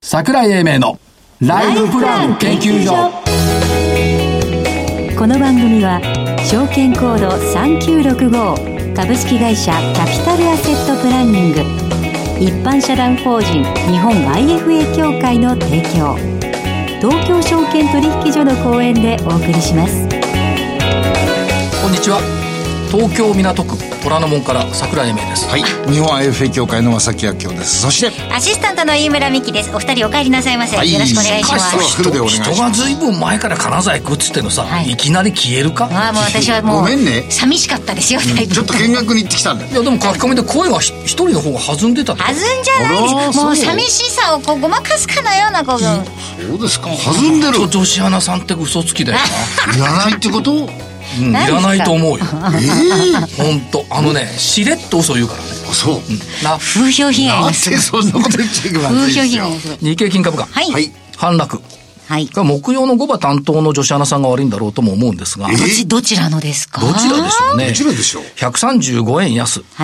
桜井英明のライフプラン研究所。 この番組は証券コード3965株式会社キャピタルアセットプランニング、一般社団法人日本 IFA 協会の提供、東京証券取引所の講演でお送りします。 こんにちは。東京港区虎ノ門から桜井英明です。 はい、日本 IFA 協会の正木明夫です。そしてアシスタントの飯村美希です。お二人お帰りなさいませ、はい、よろしくお願いします。 人がずいぶん前から金沢行くっつってのさ、はい、いきなり消えるか。 もう私はもうごめんね、 寂しかったですよ、 ちょっと見学に行ってきたんだよ。 いやでも書き込みで声が一人の方が弾んでた。 弾んじゃないです。もう寂しさをこうごまかすかのようなこと。 そうですか、弾んでる。 女子アナさんって嘘つきだよな。 いらないってこと？ いらないと思うよ。本当しれっと嘘言うからね。 そう、 風評被害なんでそんなこと言っちゃいけないんですよ。風評被害です。 日経金株価、 はい、 反落、はい、木曜の5番担当の女子アナさんが悪いんだろうとも思うんですが、 どちらのですか？ どちらでしょうね。 どちらでしょう。 135円安、はい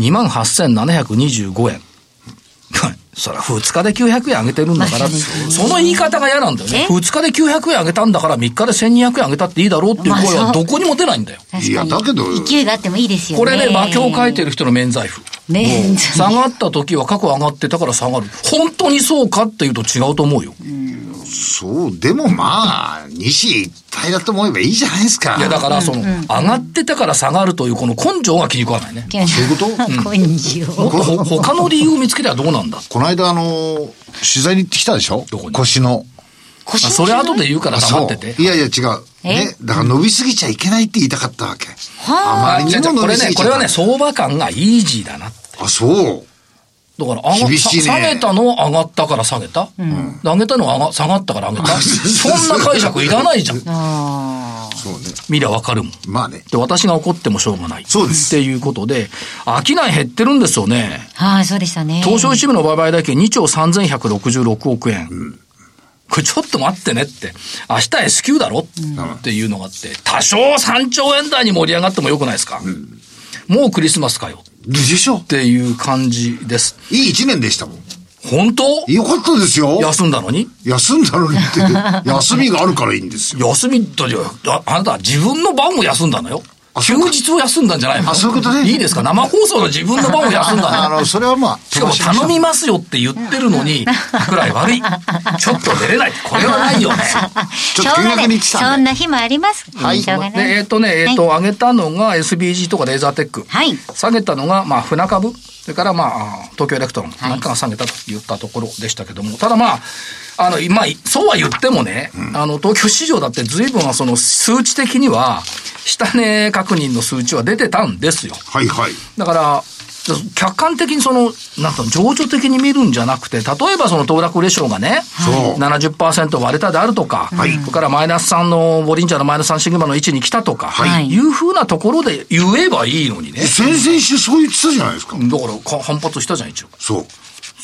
、28,725 円。そら2日で900円上げてるんだから、その言い方が嫌なんだよね。2日で900円上げたんだから3日で1200円上げたっていいだろうっていう声はどこにも出ないんだよ。 いやだけど勢いがあってもいいですよね。 これね、馬鏡を書いてる人の免罪符。下がった時は過去上がってたから下がる。本当にそうかっていうと違うと思うよ。 そうでもまあ西一体だと思えばいいじゃないですか。 いやだから上がってたから下がるというこの根性が気に食わないね。 そういうこと？ 根性。 他の理由を見つければどうなんだ。 この間取材に行ってきたでしょ。どこに？腰のそれ後で言うから黙ってて。 いやいや違うね、だから伸びすぎちゃいけないって言いたかったわけ。 あまりにも伸びすぎちゃった。これはね相場感がイージーだなって。 あ、そうだから厳しいね。下げたの上がったから下げた、上げたの下がったから上げたそんな解釈いらないじゃん。 そうね、 見りゃわかるもん。 まあね。 で私が怒ってもしょうがない。 そうです。 っていうことで商い減ってるんですよね。 はい、そうでしたね。 東証一部の売買代金2兆3166億円。これちょっと待ってねって。明日 S q だろ、っていうのがあって、多少3兆円台に盛り上がってもよくないですか。もうクリスマスかよ。 でしょっていう感じです。 いい一年でしたもん。 本当？ よかったですよ。 休んだのにって休みがあるからいいんですよ。 休みってあなたは自分の番を休んだのよ。休日を休んだんじゃないの？ あ、そういうことね。 いいですか？生放送の自分の番を休んだの。 それはまあ。 しかも頼みますよって言ってるのに、桜井悪い。ちょっと出れない。これはないよね。 ちょっと見学に来たんで。 そんな日もあります。 はい。 しょうがない。 上げたのが SBG とかレーザーテック。 はい。 下げたのが、船株。それから東京エレクトロンなんかが下げたといったところでしたけども、ただそうは言ってもね、東京市場だって随分その数値的には、下値確認の数値は出てたんですよ。はいはい。だから、客観的に情緒的に見るんじゃなくて、例えばその騰落レシオがね、70% 割れたであるとか、それからマイナス3のボリンジャーのマイナス3シグマの位置に来たとか、いうふうなところで言えばいいのにね。 先々週そう言ってたじゃないですか。 だから反発したじゃん一応。 そう。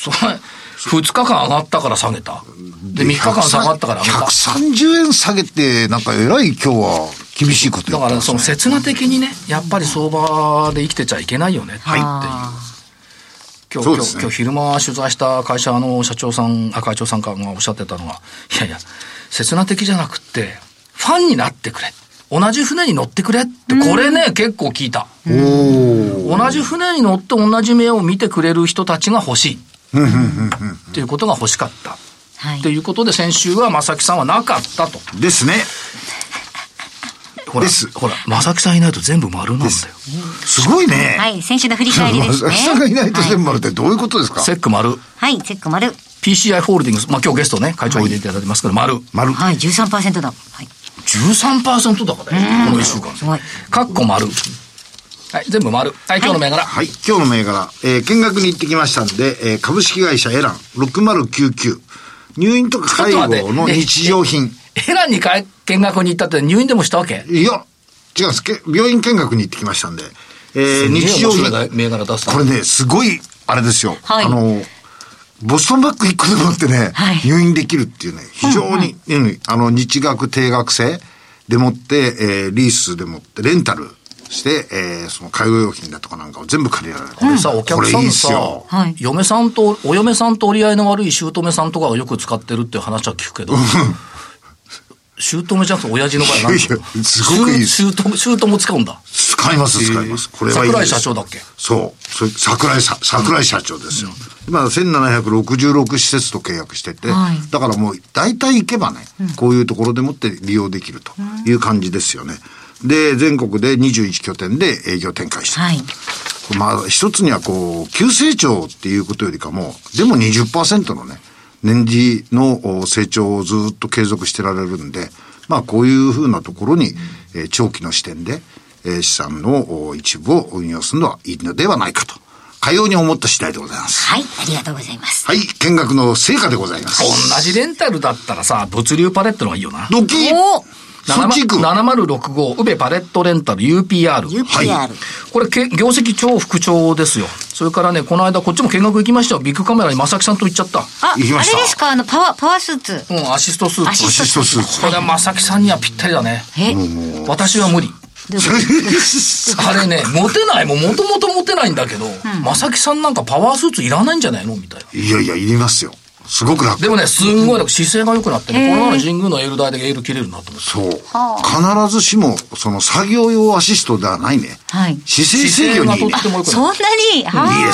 2日間上がったから下げた。で、3日間下がったから上げた。 130円下げて、なんか偉い今日は厳しいこと言ってますね。 だからその刹那的にね、やっぱり相場で生きてちゃいけないよねっていう。今日昼間取材した会社の会長さんがおっしゃってたのは、いやいや、刹那的じゃなくって、ファンになってくれ。同じ船に乗ってくれって、これね、結構聞いた。同じ船に乗って同じ目を見てくれる人たちが欲しい。っていうことが欲しかった。ということで先週は正木さんはなかったと。 ですね。 ほら、正木さんいないと全部丸なんだよ。 すごいね。 はい、先週の振り返りですね。 正木さんがいないと全部丸ってどういうことですか？ セック丸。 はい、セック丸。 PCI ホールディングス、今日ゲストね、会長を入れていただきますけど、丸。 はい、13% だ。はい。 13% だからね、この1週間。 すごい。 カッコ丸。はい、全部丸。はい、今日の銘柄。 はい、今日の銘柄。見学に行ってきましたんで、株式会社エラン6099。入院とか介護の日常品。 エランに見学に行ったって入院でもしたわけ？ いや、違うんです。病院見学に行ってきましたんで。日常品。 銘柄出す。 これね、すごい、あれですよ。ボストンバッグ1個でもってね、入院できるっていうね、非常に、日額定額制でもって、リースでもって、レンタルして、その介護用品だとかなんかを全部借りられる。 これさ、お客さんさ、 はい、 お嫁さんと折り合いの悪い姑さんとかがよく使ってるっていう話は聞くけど、姑じゃなくて親父の場合なんですよ。 すごくいいです。 姑使うんだ。 使います。これはいいです。 桜井社長だっけ？ そう。桜井社長ですよ。今、1766施設と契約してて、だからもう大体行けばね、こういうところでもって利用できるという感じですよね。で、全国で21拠点で営業展開してる。まあ、一つには急成長っていうことよりかも、でも 20% のね、年次の成長をずっと継続してられるんで、まあこういうふうなところに、長期の視点で、資産の一部を運用するのはいいのではないかと、かように思った次第でございます。 はい、ありがとうございます。 はい、見学の成果でございます。 同じレンタルだったらさ、物流パレットの方がいいよな。 ドキッ 7065宇部パレットレンタル UPR。 はい。 これ業績超復調ですよ。それからね、この間こっちも見学行きましたよ。ビッグカメラに正木さんと行っちゃった。 行きました。 あれですか、パワースーツ。 アシストスーツ。 アシストスーツ。 これは正木さんにはぴったりだね。私は無理。あれね、モテないもともとモテないんだけど、正木さんなんかパワースーツいらないんじゃないのみたいな。 いやいや、いりますよ。すごく楽。 でもね、すんごい楽。姿勢が良くなってね、このまま神宮のエール台でエール切れるなと思って。 そう。必ずしも、その作業用アシストではないね。 はい。 姿勢がとっても良くなって。 そんなにいいです。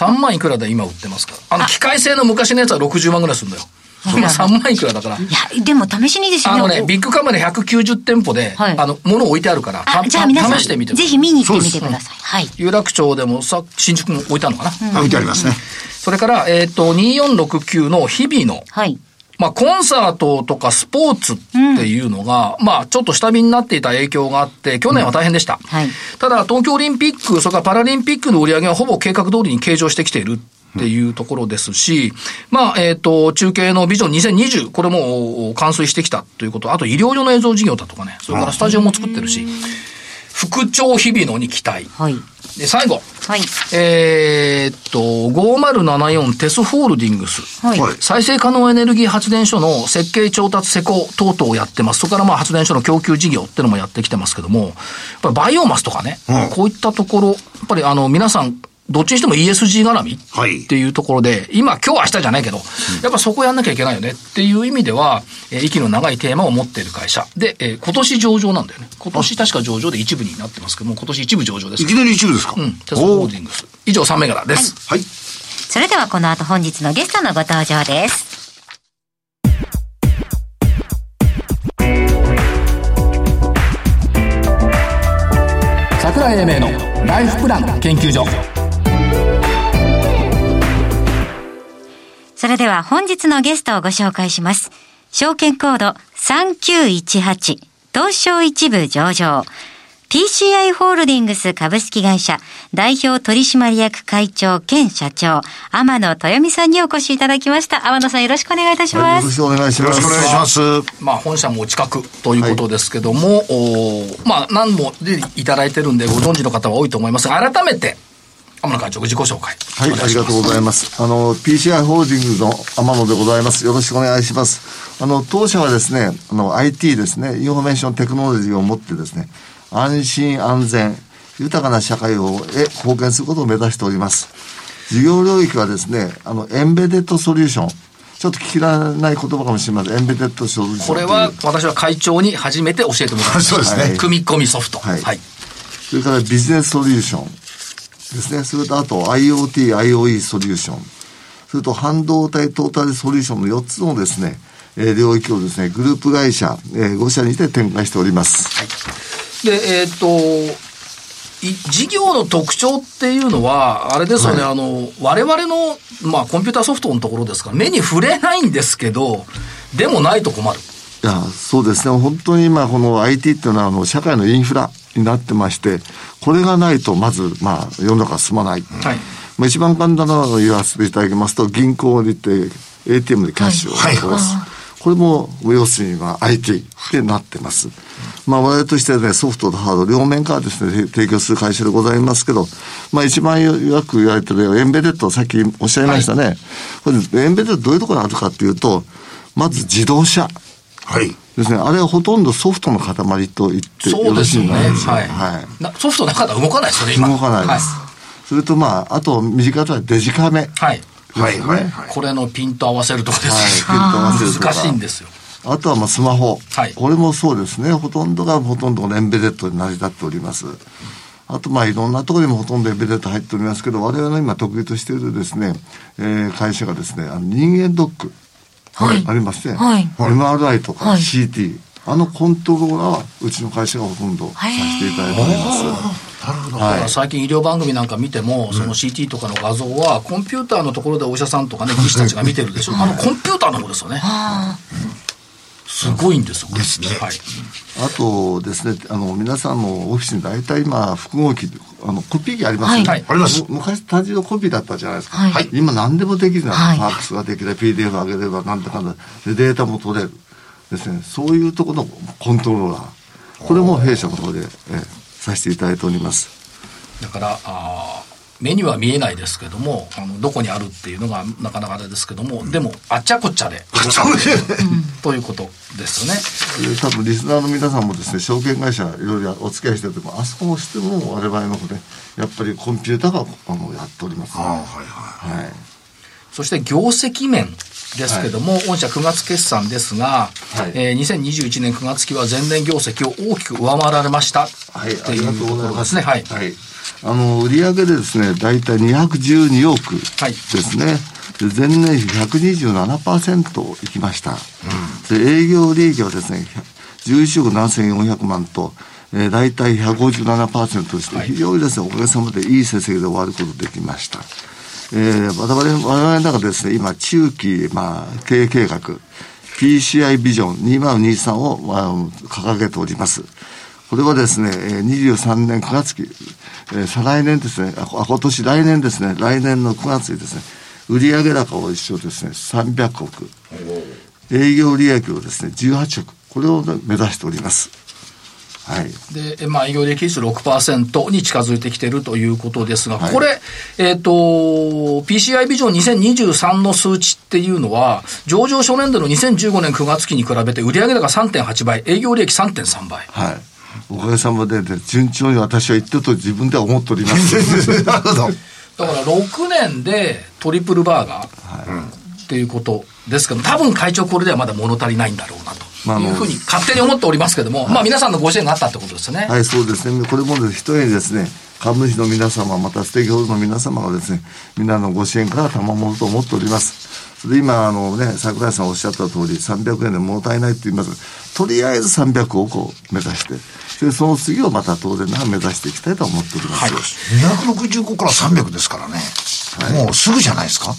3万いくらで今売ってますから。機械製の昔のやつは60万ぐらいするんだよ。今3万いくらだから。 いや、でも試しにですね。 ビッグカメラ190店舗で、物を置いてあるから、 じゃあ皆さん、 試してみてぜひ見に行ってみてください。はい。 有楽町でも新宿も置いてあるのかな？ 置いてありますね。 それから、2469の日々の、 はい。 まあ、コンサートとかスポーツっていうのが、まあ、ちょっと下火になっていた影響があって、去年は大変でした。 はい。 ただ、東京オリンピック、それからパラリンピックの売り上げはほぼ計画通りに計上してきているっていうところですし、まあ、中継のビジョン2020、これも完遂してきたということ、あと医療用の映像事業だとかね、それからスタジオも作ってるし、復調日々のに期待。 はい。 で、最後。 はい。 5074テスホールディングス。 はい。 再生可能エネルギー発電所の設計調達施工等々をやってます。そこからまあ発電所の供給事業っていうのもやってきてますけども、やっぱりバイオマスとかね、こういったところ、やっぱり皆さん、どっちにしても ESG 絡みっていうところで、今日明日じゃないけど、やっぱそこやんなきゃいけないよねっていう意味では、息の長いテーマを持っている会社で、今年上場なんだよね。今年確か上場で一部になってますけども、今年一部上場です。 いきなり一部ですか？ テスホールディングス。以上3銘柄です。 はい。 それではこの後本日のゲストのご登場です。 桜井英明のライフプラン研究所。 それでは本日のゲストをご紹介します。証券コード3918東証一部上場 TCI ホールディングス株式会社代表取締役会長兼社長天野豊美さんにお越しいただきました。天野さんよろしくお願いいたします。 よろしくお願いします。よろしくお願いします。 まあ本社もお近くということですけども、まあ何もでいただいてるんでご存知の方は多いと思いますが、改めて天野会長、自己紹介。 はい、ありがとうございます。PCI ホールディングスの天野でございます。よろしくお願いします。当社はですね、IT ですね、インフォメーションテクノロジーをもってですね、安心安全、豊かな社会へ貢献することを目指しております。事業領域はですね、エンベデッドソリューション。ちょっと聞きられない言葉かもしれません。エンベデッドソリューション。 これは私は会長に初めて教えてもらいました。 そうですね。 組み込みソフト。 はい。はい、それからビジネスソリューション。ですね。それとあと IoT、IoE ソリューション。それと半導体トータルソリューションの4つのですね、領域をですね、グループ会社、5社にて展開しております。はい。 で、事業の特徴っていうのは、あれですよね、はい、我々の、まあ、コンピューターソフトのところですから、目に触れないんですけど、でもないと困る。 いや、そうですね。本当に今、この IT っていうのは、社会のインフラになってまして、これがないと、まず、まあ、世の中は進まない。はい。まあ、一番簡単なのを言わせていただきますと、銀行に行って、ATM でキャッシュを下ろす。はい。これも、要するには IT ってなってます。まあ、我々としてはね、ソフトとハード両面からですね、提供する会社でございますけど、まあ、一番よく言われてるエンベデッド、さっきおっしゃいましたね。はい、これエンベデッドどういうところにあるかっていうと、まず自動車。 はい。 ですね、あれはほとんどソフトの塊と言ってよろしいんですよ。 はい。ソフトなかったら動かないですよね、今。 動かないです。それとあと身近なデジカメ。 はい。 はいはい。 これのピント合わせるとかですね。ピント合わせるとか。 難しいんですよ。 あとはスマホ。 はい。 これもそうですね。ほとんどがエンベデッドに成り立っております。あといろんなところにもほとんどエンベデッド入っておりますけど、我々の今得意としているですね、会社がですね、人間ドック。はい。ありますね。はい。MRI とか CT。コントローラーはうちの会社がほとんどさせていただいております。 なるほど。はい、最近医療番組なんか見ても、その CT とかの画像はコンピューターのところでお医者さんとかね、技師たちが見てるでしょ。コンピューターの方ですよね。すごいんですよ。 ですね。 はい。 あとですね、皆さんのオフィスに大体今複合機コピー機ありますよね。 はい。あります。 昔単純のコピーだったじゃないですか。 はい。 今何でもできるじゃないですか。ファックスができれば PDF 上げればなんだかんだでデータも取れる。ですね、そういうところのコントローラー、これも弊社の方で、させていただいております。 だから目には見えないですけども、どこにあるっていうのがなかなかあれですけども、でもあっちゃこっちゃでということですよね。 多分リスナーの皆さんもですね、証券会社いろいろお付き合いしてても、あそこをしても我々の方でやっぱりコンピューターがやっております、ね。はい。 そして業績面ですけども、御社9月決算ですが、2021年9月期は前年業績を大きく上回られましたというところですね。はい。 売上でですね、だいたい212億ですね。で前年比 127% いきました。で営業利益はですね、11億7400万と、だいたい 157% として、非常にですね、おかげさまでいい成績で終わることができました。我々の中でですね、今、中期、経営計画、PCI ビジョン2023を、掲げております。これはですね、23年9月期、再来年ですね、来年ですね、来年の9月にですね、売上高を一緒ですね、300億。営業利益をですね、18億。これを目指しております。はい。 で、営業利益率 6% に近づいてきているということですが、これ、PCI ビジョン2023の数値っていうのは、上場初年度の2015年9月期に比べて売上高 3.8 倍、営業利益 3.3 倍。 はい。おかげさまで、順調に私は言ってると自分では思っております。 なるほど。 だから6年でトリプルバーガーっていうことですけど、多分会長これではまだ物足りないんだろうなと。いうふうに勝手に思っておりますけども、皆さんのご支援があったってことですね。 はい、そうですね。これもひとえにですね、株主の皆様、またステーキホルダーの皆様がですね、みんなのご支援から賜物と思っております。それで今、櫻井さんおっしゃった通り、300円で物足りないって言います。とりあえず300億を目指して、でその次をまた当然ながら目指していきたいと思っております。 はい、265から300ですからね。もうすぐじゃないですか。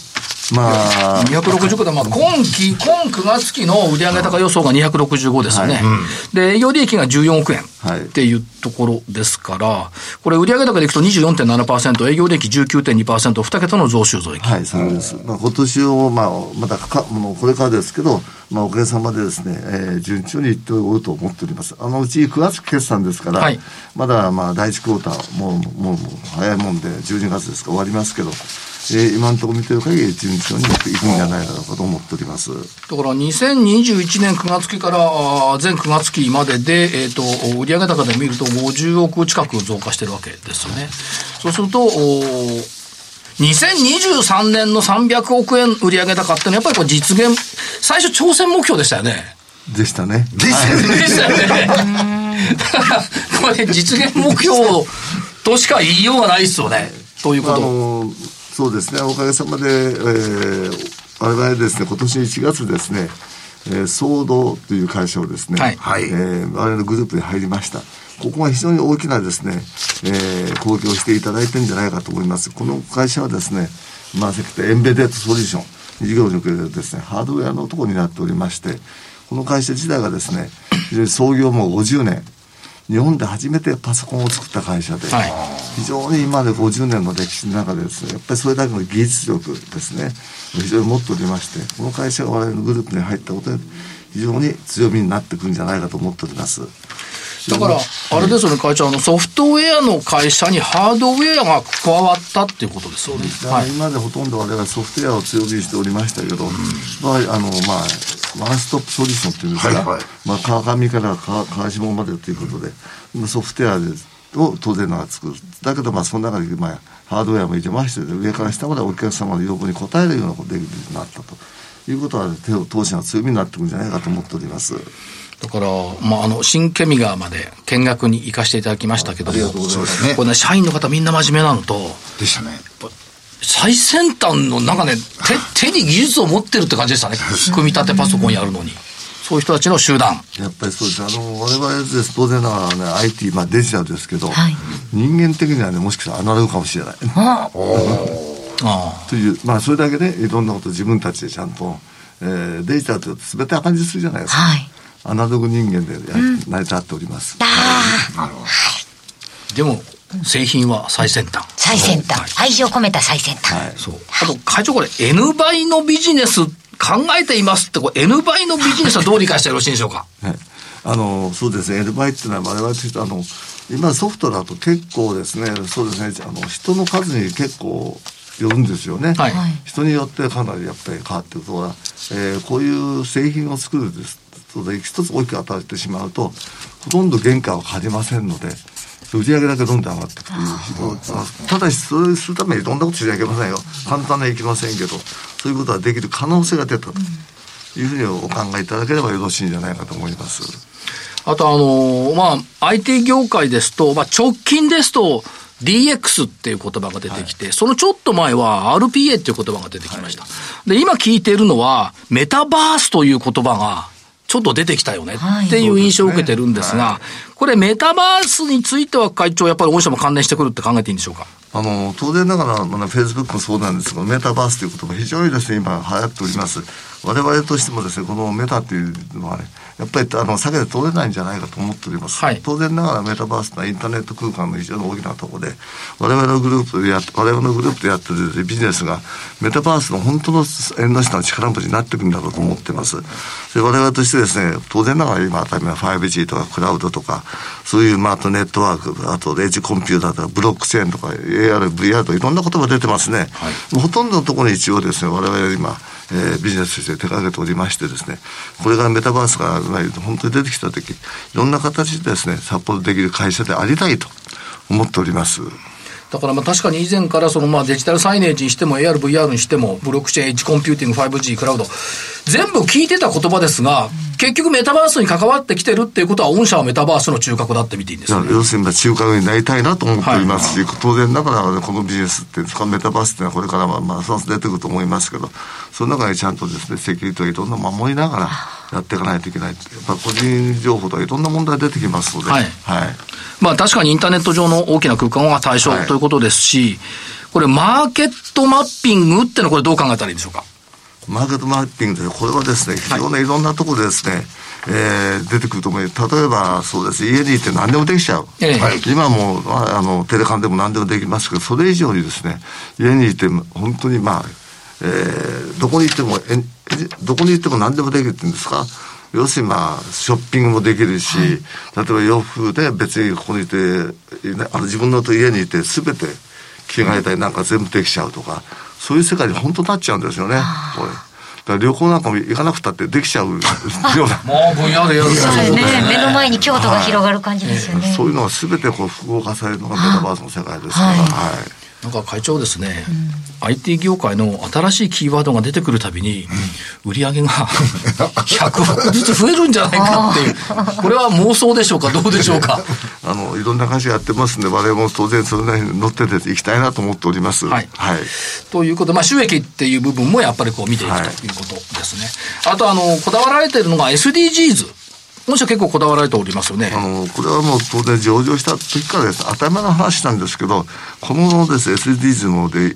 265で、今9月期の売上高予想が265ですよね。で、営業利益が14億円っていうところですから、これ売上高でいくと 24.7%、営業利益 19.2%、2桁の増収増益。 はい、そうです。今年を、まだこれからですけど、おかげさまでですね、順調にいっておると思っております。うち9月決算ですから、まだ第1クォーター、もう早いもんで12月ですから終わりますけど、今のところ見てる限り順調にいくんじゃないかと思っております。だから2021年9月期から前9月期までで、売上高で見ると50億近く増加してるわけですよね。そうすると2023年の300億円売上高ってのはやっぱりこれ実現、最初挑戦目標でしたよね。 でしたね。 でしたよね。だからこれ実現目標としか言いようがないですよね。ということ。 そうですね。おかげさまで、我々ですね、今年1月ですね、ソードという会社をですね、我々のグループに入りました。ここが非常に大きなですね、公表していただいてるんじゃないかと思います。この会社はですね、エンベデッドソリューション、事業におけるですね、ハードウェアのところになっておりまして、この会社自体がですね、非常に創業も50年、日本で初めてパソコンを作った会社で、非常に今まで50年の歴史の中でですね、やっぱりそれだけの技術力ですね、非常に持っておりまして、この会社が我々のグループに入ったことで、非常に強みになってくるんじゃないかと思っております。 だからあれですよね、会長、ソフトウェアの会社にハードウェアが加わったっていうことですよね。 今までほとんど我々はソフトウェアを強火にしておりましたけど、ワンストップソリューションっていうんですか、川上から川下までということで、ソフトウェアを当然ながら作る。だけどその中でハードウェアも入れまして、上から下までお客様の要望に応えるようなことができるようになったということは、当社の強みになってくるんじゃないかと思っております。 だから、新ケミ川まで見学に行かせていただきましたけども、 ありがとうございますね。 これね、社員の方みんな真面目なのと、 でしたね。 最先端の手に技術を持ってるって感じでしたね。組み立てパソコンやるのに。そういう人たちの集団。 やっぱりそうです。我々です。当然ながらね、IT、デジタルですけど、人間的にはね、もしかしたらアナログかもしれない。という、それだけで、いろんなこと自分たちでちゃんと、デジタルと全て赤字するじゃないですか。アナログ人間で成り立っております。 なるほど。 でも、製品は最先端。 最先端。愛情込めた最先端。 そう。あと、会長これ、N 倍のビジネス考えていますって、N 倍のビジネスはどう理解してよろしいでしょうか。 そうですね。N 倍っていうのは我々として今ソフトだと結構ですね、そうですね、人の数に結構よるんですよね。人によってかなりやっぱり変わってくるところが、こういう製品を作るとで一つ大きく与えてしまうと、ほとんど原価はかかりませんので、売り上げだけどんどん上がっていくという。ただし、それするためにいろんなことしなきゃいけませんよ。簡単にはいきませんけど、そういうことができる可能性が出たというふうにお考えいただければよろしいんじゃないかと思います。 あとIT 業界ですと、直近ですと DX っていう言葉が出てきて、そのちょっと前は RPA っていう言葉が出てきました。で、今聞いているのはメタバースという言葉がちょっと出てきたよねっていう印象を受けてるんですが、これメタバースについては会長やっぱり御社も関連してくるって考えていいんでしょうか。 当然ながら、フェイスブックもそうなんですが、メタバースという言葉非常にですね、今流行っております。我々としてもですね、このメタというのはね、やっぱり避けて通れないんじゃないかと思っております。当然ながらメタバースというのはインターネット空間の非常に大きなところで、我々のグループでやってるビジネスがメタバースの本当の縁の下の力持ちになっていくんだろうと思ってます。で、我々としてですね、当然ながら今当たり前 5G とかクラウドとか、そういうあとネットワーク、あとエッジコンピューターとかブロックチェーンとか AR、VR とかいろんな言葉出てますね。ほとんどのところに一応ですね、我々今、ビジネスとして手掛けておりましてですね、これがメタバースが本当に出てきたとき、いろんな形でですね、サポートできる会社でありたいと思っております。 だから確かに以前からデジタルサイネージにしても AR、VR にしてもブロックチェーン、エッジコンピューティング、5G、クラウド全部聞いてた言葉ですが、結局メタバースに関わってきてるっていうことは御社はメタバースの中核だって見ていいんですか、ね、 要するに中核になりたいなと思っておりますし、当然ながらこのビジネスってメタバースっていうのはこれからますます出てくると思いますけど、その中にちゃんとですね、セキュリティをいろんな守りながらやっていかないといけない。やっぱ個人情報とかいろんな問題出てきますので、 確かにインターネット上の大きな空間は対象ということですし、これマーケットマッピングってのはこれどう考えたらいいんでしょうか。 マーケットマッピングでこれはですね、非常にいろんなところでですね、出てくると思う。例えばそうです、家にいて何でもできちゃう、今もテレカンでも何でもできますけど、それ以上にですね、家にいて本当にどこに行っても何でもできるっていうんですか。要するにショッピングもできるし、例えば洋服で別にここにいて自分の家にいて全て着替えたりなんか全部できちゃうとか、そういう世界に本当になっちゃうんですよね。これだから旅行なんかも行かなくたってできちゃうようなもう VR でやるんですよね。 目の前に京都が広がる感じですよね。 そういうのが全て複合化されるのがメタバースの世界ですから。 なんか会長ですね、IT 業界の新しいキーワードが出てくるたびに、売り上げが100億ずつ増えるんじゃないかっていう、これは妄想でしょうか、どうでしょうか。 いろんな会社やってますんで、我々も当然それなりに乗ってていきたいなと思っております。 ということで、収益っていう部分もやっぱり見ていくということですね。あとこだわられているのが SDGs。御社結構こだわられておりますよね。 これはもう当然上場した時からです。当たり前の話なんですけど、このです SDGs もで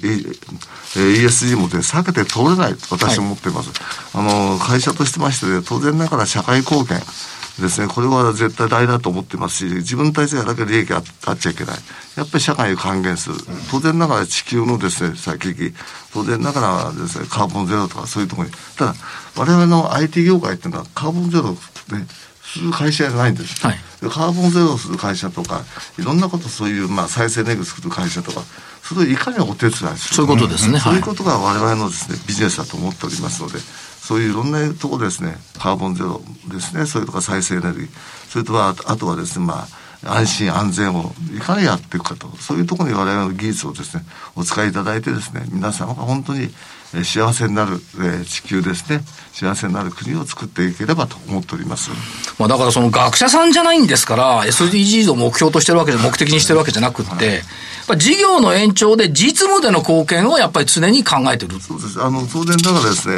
ESG もで避けて通れないと私は思っています。会社としてまして、当然ながら社会貢献ですね、これは絶対大事だと思ってますし、自分たちだけ利益があっちゃいけない。やっぱり社会を還元する。当然ながら地球のですね、先行き、当然ながらですね、カーボンゼロとかそういうところに。ただ、我々の IT 業界っていうのはカーボンゼロね、 する会社じゃないんです、はい、カーボンゼロをする会社とかいろんなことそういう、再生エネルギーを作る会社とかそれをいかにお手伝いするそういうことですね、 そういうことが我々のですねビジネスだと思っておりますのでそういういろんなところですねカーボンゼロですねそれとか再生エネルギーそれとはあとはですね安心安全をいかにやっていくかとそういうところに我々の技術をですねお使いいただいてですね皆様が本当に幸せになる地球ですね幸せになる国を作っていければと思っております。 だからその学者さんじゃないんですから SDGs を目標としてるわけで目的にしてるわけじゃなくって、やっぱ事業の延長で実務での貢献をやっぱり常に考えてる。 そうです。当然だからですね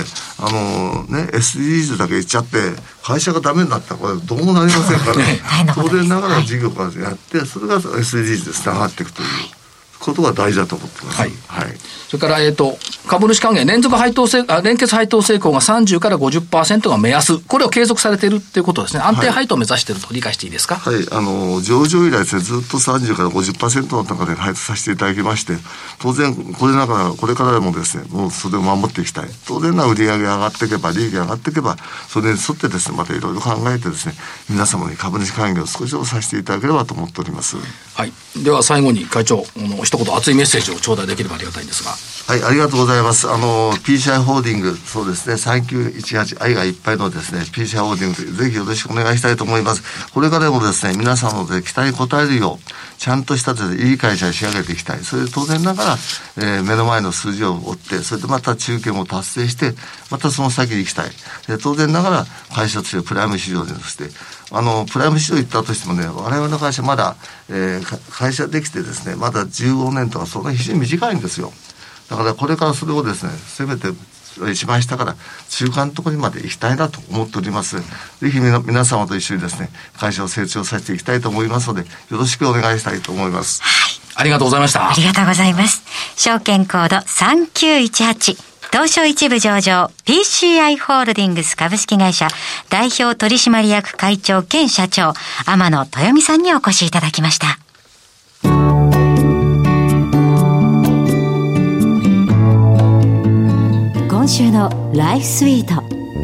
SDGs だけ言っちゃって会社がダメになったらこれどうもなりませんから当然ながら事業からやってそれが SDGs でつながっていくということが大事だと思ってます。 はい。それから株主還元連結配当成功が30から 50% が目安これを継続されているということですね。安定配当を目指していると理解していいですか。 はい。上場以来ですねずっと30から 50% の中で配当させていただきまして当然これからもですねもうそれを守っていきたい。当然な売上が上がっていけば利益が上がっていけばそれに沿ってですねまたいろいろ考えてですね皆様に株主還元を少しでもさせていただければと思っております。 はい。では最後に会長一言熱いメッセージを頂戴できればありがたいんですが。 はい、ありがとうございます。PCI ホールディング、そうですね、3918愛がいっぱいのですね、PCI ホールディング、ぜひよろしくお願いしたいと思います。これからもですね、皆さんの期待に応えるよう、ちゃんとしたいい会社に仕上げていきたい。それで当然ながら、目の前の数字を追って、それでまた中堅を達成して、またその先に行きたい。で当然ながら、会社としてプライム市場として、プライム市場行ったとしてもね、我々の会社まだ、会社できてですね、まだ15年とかそんな非常に短いんですよ。だからこれからそれをですね、せめて一番下から中間のところにまで行きたいなと思っております。ぜひ皆様と一緒にですね、会社を成長させていきたいと思いますので、よろしくお願いしたいと思います。 はい。ありがとうございました。 ありがとうございます。証券コード3918。東証一部上場 PCI ホールディングス株式会社代表取締役会長兼社長天野豊美さんにお越しいただきました。 今週のライフスイート。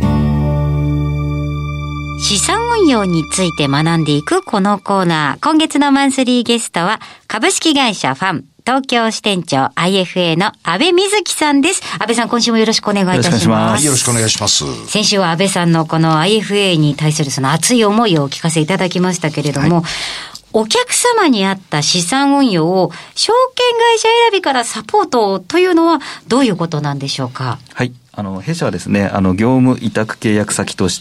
資産運用について学んでいくこのコーナー。今月のマンスリーゲストは株式会社ファン東京支店長 IFA の安倍瑞希さんです。安倍さん、今週もよろしくお願いいたします。 よろしくお願いします。 先週は安倍さんのこの IFA に対するその熱い思いをお聞かせいただきましたけれども、はい、お客様に合った資産運用を証券会社選びからサポートというのはどういうことなんでしょうか。 はい。弊社はですね、業務委託契約先として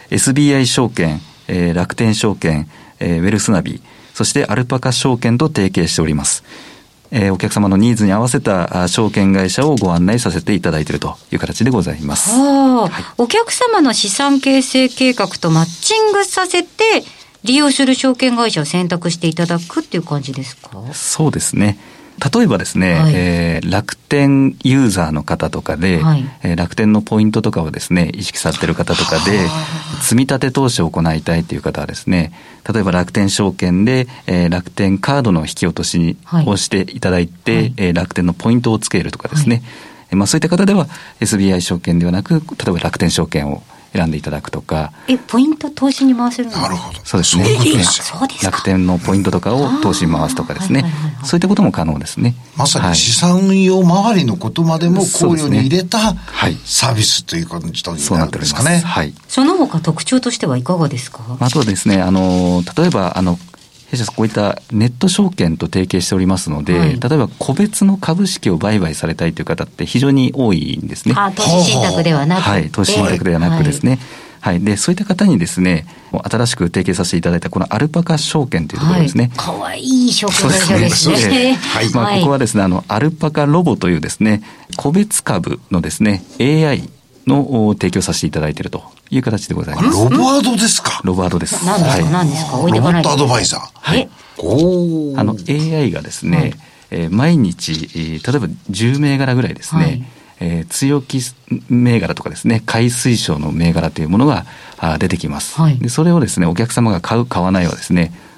SBI 証券、楽天証券、ウェルスナビ、そしてアルパカ証券と提携しております。お客様のニーズに合わせた証券会社をご案内させていただいているという形でございます。 はい、お客様の資産形成計画とマッチングさせて利用する証券会社を選択していただくっていう感じですか。 そうですね。例えばですね、はい、楽天ユーザーの方とかで、はい、楽天のポイントとかをですね意識されている方とかで積み立て投資を行いたいという方はですね、例えば楽天証券で、楽天カードの引き落としをしていただいて、はい、楽天のポイントをつけるとかですね、はい、そういった方では SBI 証券ではなく例えば楽天証券を選んでいただくとか。 ポイント投資に回せるの？ なるほど。 そうですね。楽天のポイントとかを投資に回すとかですね。そういったことも可能ですね。 まさに資産運用周りのことまでも考慮に入れたサービスという感じになるんですかね。 はい。 その他特徴としてはいかがですか？ あとはですね、例えば弊社こういったネット証券と提携しておりますので、はい、例えば個別の株式を売買されたいという方って非常に多いんですね。 投資信託ではなくて。 はい、投資信託ではなくですね。はい。で、そういった方にですね、新しく提携させていただいたこのアルパカ証券というところですね。 かわいい証券会社ですね。 はい。ここはですね、アルパカロボというですね、個別株のですね、AIの提供させていただいているという形でございます。 ロボアドですか？ ロボアドです。 何ですか？何ですか？置いてかない。 ロボットアドバイザー。 はい。AI がですね、毎日、例えば10銘柄ぐらいですね、強気銘柄とかですね、買い推奨の銘柄というものが出てきます。はい、でそれをですね、お客様が買う買わないはですね、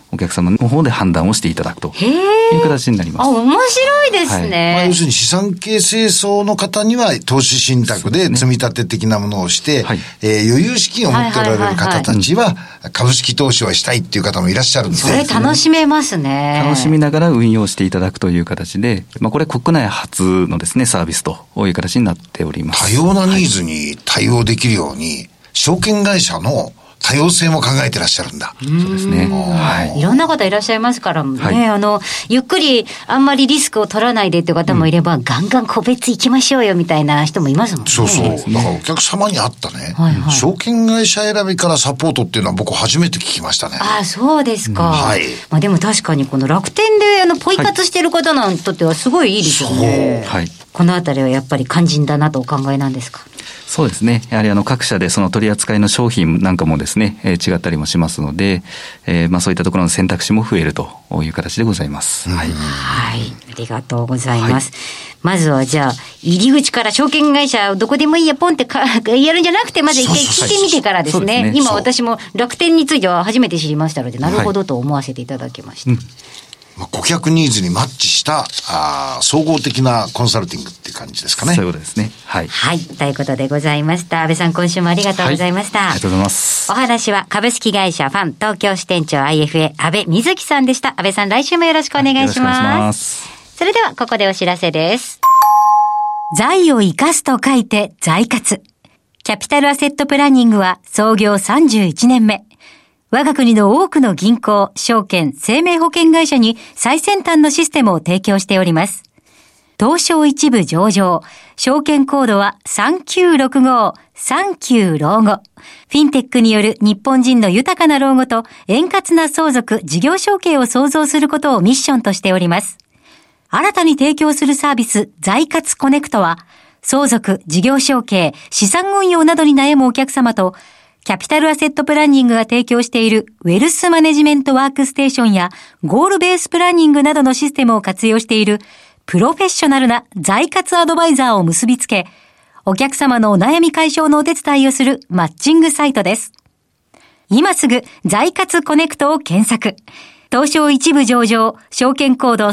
お客様の方で判断をしていただくという形になります。 面白いですね。 要するに資産形成層の方には投資信託で積み立て的なものをして、余裕資金を持っておられる方たちは株式投資はしたいっていう方もいらっしゃるんで、 それ楽しめますね。 楽しみながら運用していただくという形で、これ国内初のですね、サービスという形になっております。 多様なニーズに対応できるように、証券会社の多様性も考えてらっしゃるんだ。 そうですね。 いろんな方いらっしゃいますからね、ゆっくりあんまりリスクを取らないでっていう方もいれば、ガンガン個別行きましょうよみたいな人もいますもんね。 そうそう。だからお客様に合ったね、証券会社選びからサポートっていうのは僕初めて聞きましたね。 そうですか。でも確かにこの楽天でポイ活してる方なんとってはすごいいいですよね。このあたりはやっぱり肝心だなとお考えなんですか？ そうですね。やはり各社でその取り扱いの商品なんかもですね、違ったりもしますので、そういったところの選択肢も増えるという形でございます。 ありがとうございます。まずはじゃあ、入り口から証券会社どこでもいいやポンってやるんじゃなくて、まず一回聞いてみてからですね。今私も楽天については初めて知りましたので、なるほどと思わせていただきました。 顧客ニーズにマッチした総合的なコンサルティングっていう感じですかね。 そういうことですね。 ということでございました。安倍さん、今週もありがとうございました。 ありがとうございます。 お話は株式会社ファン東京支店長 IFA 安倍瑞希さんでした。安倍さん、来週もよろしくお願いします。それではここでお知らせです。財を生かすと書いて財活。キャピタルアセットプランニングは創業31年目。我が国の多くの銀行、証券、生命保険会社に最先端のシステムを提供しております。東証一部上場、証券コードは3965、39老後。フィンテックによる日本人の豊かな老後と円滑な相続、事業承継を創造することをミッションとしております。新たに提供するサービス、財活コネクトは、相続、事業承継、資産運用などに悩むお客様と、キャピタルアセットプランニングが提供しているウェルスマネジメントワークステーションやゴールベースプランニングなどのシステムを活用しているプロフェッショナルな財活アドバイザーを結びつけ、お客様のお悩み解消のお手伝いをするマッチングサイトです。今すぐ財活コネクトを検索。東証一部上場、証券コード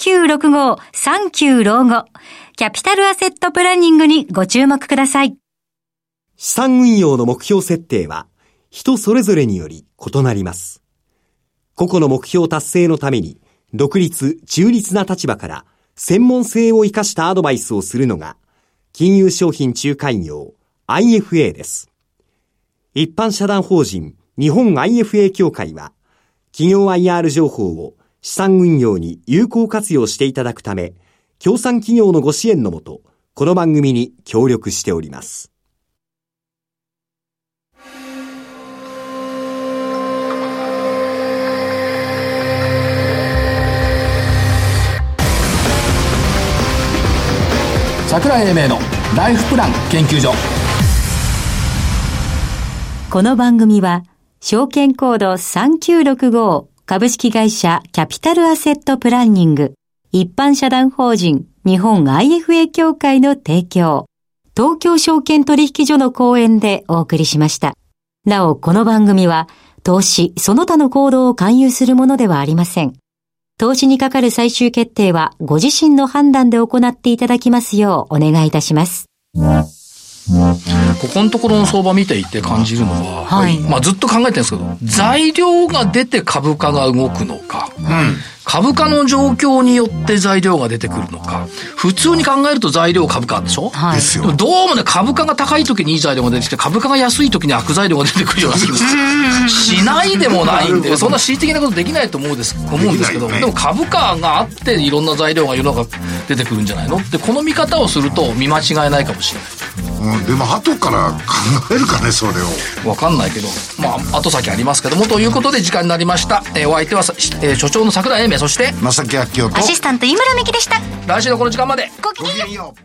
3965、39老後、キャピタルアセットプランニングにご注目ください。 資産運用の目標設定は人それぞれにより異なります。個々の目標達成のために独立・中立な立場から専門性を生かしたアドバイスをするのが金融商品仲介業 IFA です。一般社団法人日本 IFA 協会は企業 IR 情報を資産運用に有効活用していただくため、協賛企業のご支援のもと、この番組に協力しております。 櫻井英明のライフプラン研究所。 この番組は証券コード3965株式会社キャピタルアセットプランニング一般社団法人日本 IFA 協会の提供、東京証券取引所の講演でお送りしました。なおこの番組は投資その他の行動を勧誘するものではありません。投資にかかる最終決定はご自身の判断で行っていただきますようお願いいたします。 ここのところの相場見ていて感じるのは、ずっと考えてるんですけど、材料が出て株価が動くのか、株価の状況によって材料が出てくるのか。普通に考えると材料株価でしょ、 ですよ。 どうもね、株価が高い時にいい材料が出てきて、株価が安い時に悪材料が出てくるような気がしないでもないんで、そんな恣意的なことできないと思うんですけど、でも株価があっていろんな材料が世の中出てくるんじゃないのって、この見方をすると見間違いないかもしれない。 でも後から考えるかね、それを。 わかんないけど、後先ありますけども、ということで時間になりました。お相手は、所長の櫻井英明、そして正木明夫とアシスタント井村美希でした。 来週のこの時間までごきげんよう。